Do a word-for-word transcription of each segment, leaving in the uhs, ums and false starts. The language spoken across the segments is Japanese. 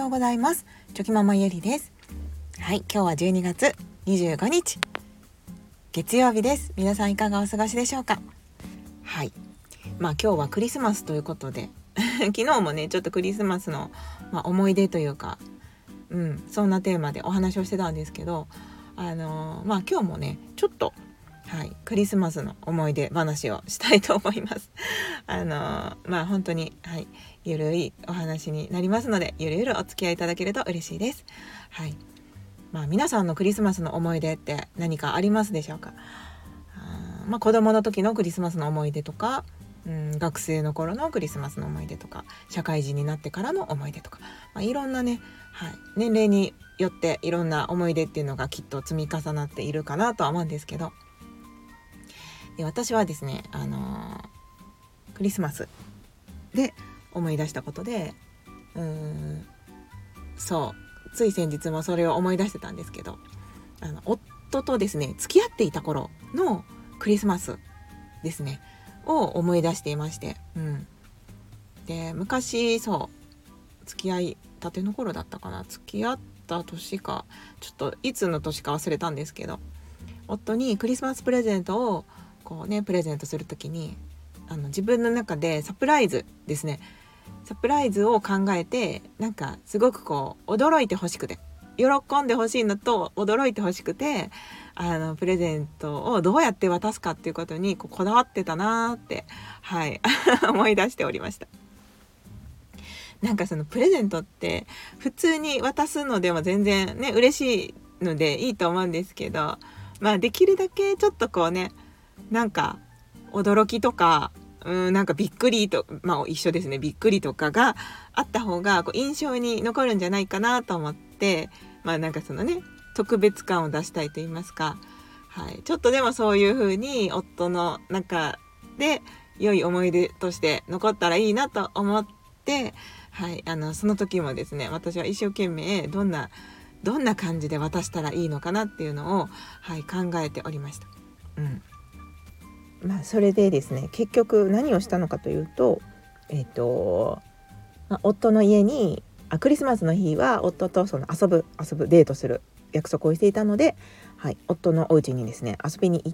ようございます。チョキママゆりです。はい、今日はじゅうにがつにじゅうごにち月曜日です。皆さんいかがお過ごしでしょうか。はい、まあ今日はクリスマスということで昨日もねちょっとクリスマスの、まあ、思い出というか、うん、そんなテーマでお話をしてたんですけど、あのー、まあ今日もねちょっとはい、クリスマスの思い出話をしたいと思います。あのー、まあ本当に、はい、ゆるいお話になりますので、ゆるゆるお付き合いいただけると嬉しいです。はい、まあ皆さんのクリスマスの思い出って何かありますでしょうか。あまあ子供の時のクリスマスの思い出とか、うん、学生の頃のクリスマスの思い出とか、社会人になってからの思い出とか、まあ、いろんなね、はい、年齢によっていろんな思い出っていうのがきっと積み重なっているかなとは思うんですけど、で私はですね、あのー、クリスマスで思い出したことで、うーんそうつい先日もそれを思い出してたんですけど、あの夫とですね付き合っていた頃のクリスマスですねを思い出していまして、うん、で昔そう付き合いたての頃だったかな、付き合った年かちょっといつの年か忘れたんですけど、夫にクリスマスプレゼントをこうねプレゼントするときに、あの自分の中でサプライズですねサプライズを考えて、なんかすごくこう驚いてほしくて、喜んでほしいのと驚いてほしくて、あのプレゼントをどうやって渡すかっていうことにこうこだわってたなーってはい思い出しておりました。なんかそのプレゼントって普通に渡すのでも全然ね嬉しいのでいいと思うんですけど、まあできるだけちょっとこうね、なんか驚きとか、うん、なんかびっくりと、まあ一緒ですね、びっくりとかがあった方がこう印象に残るんじゃないかなと思って、まあなんかそのね特別感を出したいと言いますか、はい、ちょっとでもそういう風に夫の中で良い思い出として残ったらいいなと思って、はい、あのその時もですね私は一生懸命どんなどんな感じで渡したらいいのかなっていうのを、はい、考えておりました。うんまあ、それでですね結局何をしたのかというと、えーとまあ、夫の家にあクリスマスの日は夫とその遊ぶ遊ぶデートする約束をしていたので、はい、夫のお家にですね遊びに行って、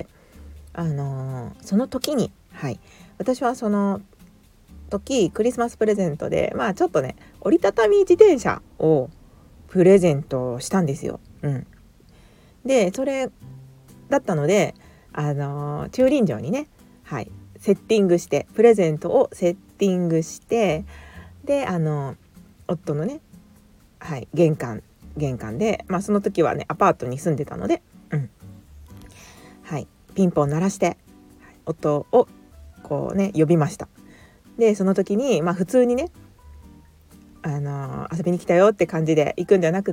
あのー、その時に、はい、私はその時クリスマスプレゼントで、まあ、ちょっとね折りたたみ自転車をプレゼントしたんですよ。うん、でそれだったので、あのー、駐輪場にね、はい、セッティングしてプレゼントをセッティングして、であのー、夫のね、はい、玄関玄関で、まあ、その時はねアパートに住んでたので、うんはい、ピンポン鳴らして、はい、夫をこうね呼びました。でその時に、まあ、普通にねあのー、遊びに来たよって感じで行くんじゃなくって、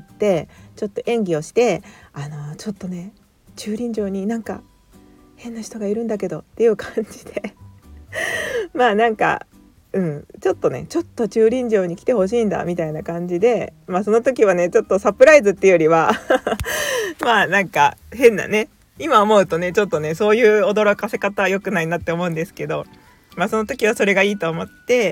ちょっと演技をして、あのー、ちょっとね駐輪場になんか変な人がいるんだけどっていう感じでまあなんか、うん、ちょっとねちょっと駐輪場に来てほしいんだみたいな感じで、まあその時はねちょっとサプライズっていうよりはまあなんか変なね、今思うとねちょっとねそういう驚かせ方は良くないなって思うんですけど、まあその時はそれがいいと思って、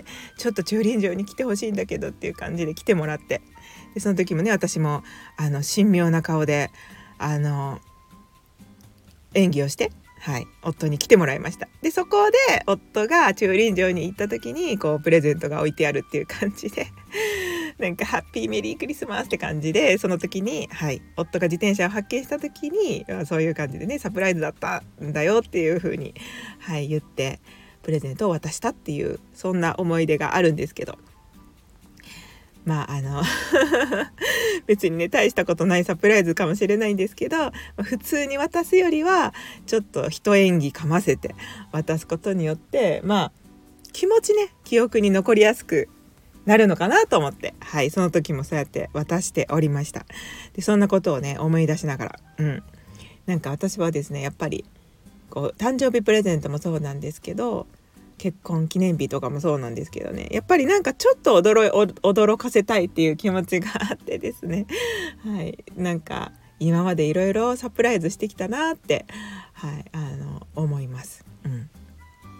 ちょっと駐輪場に来てほしいんだけどっていう感じで来てもらって、でその時もね私もあの神妙な顔であの演技をして、はい、夫に来てもらいました。でそこで夫が駐輪場に行った時にこうプレゼントが置いてあるっていう感じでなんかハッピーメリークリスマスって感じで、その時に、はい、夫が自転車を発見した時にそういう感じでねサプライズだったんだよっていう風に、はい、言ってプレゼントを渡したっていう、そんな思い出があるんですけど、まああの別にね大したことないサプライズかもしれないんですけど、普通に渡すよりはちょっと一演技かませて渡すことによって、まあ気持ちね記憶に残りやすくなるのかなと思って、はい、その時もそうやって渡しておりました。でそんなことをね思い出しながら、うん、なんか私はですねやっぱりこう誕生日プレゼントもそうなんですけど、結婚記念日とかもそうなんですけどね、やっぱりなんかちょっと驚い驚かせたいっていう気持ちがあってですね、はい、なんか今までいろいろサプライズしてきたなって、はい、あの思います。うん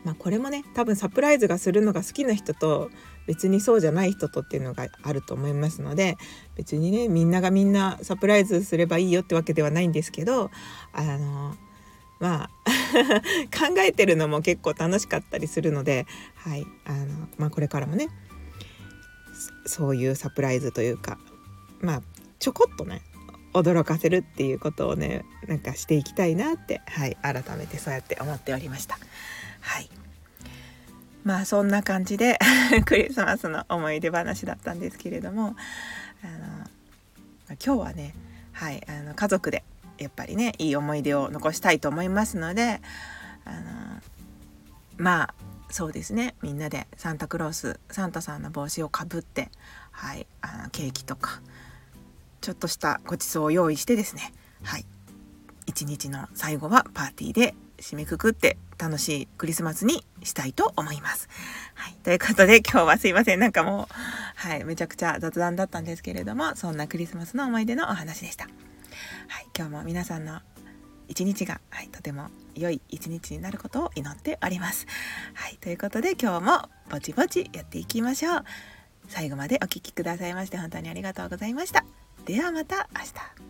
まあこれもね多分サプライズがするのが好きな人と別にそうじゃない人とっていうのがあると思いますので、別にねみんながみんなサプライズすればいいよってわけではないんですけど、あのまあ考えてるのも結構楽しかったりするので、はい、あのまあこれからもねそういうサプライズというか、まあちょこっとね驚かせるっていうことをねなんかしていきたいなって、はい、改めてそうやって思っておりました。はい、まあそんな感じでクリスマスの思い出話だったんですけれども、あの今日はね、はい、あの家族でやっぱりねいい思い出を残したいと思いますので、あのまあそうですね、みんなでサンタクロースサンタさんの帽子をかぶって、はい、あのケーキとかちょっとしたごちそうを用意してですね、はい、一日の最後はパーティーで締めくくって楽しいクリスマスにしたいと思います。はい、ということで今日はすいません、なんかもう、はい、めちゃくちゃ雑談だったんですけれども、そんなクリスマスの思い出のお話でした。はい、今日も皆さんの一日が、はい、とても良い一日になることを祈っております。はい、ということで今日もぼちぼちやっていきましょう。最後までお聞きくださいまして本当にありがとうございました。ではまた明日。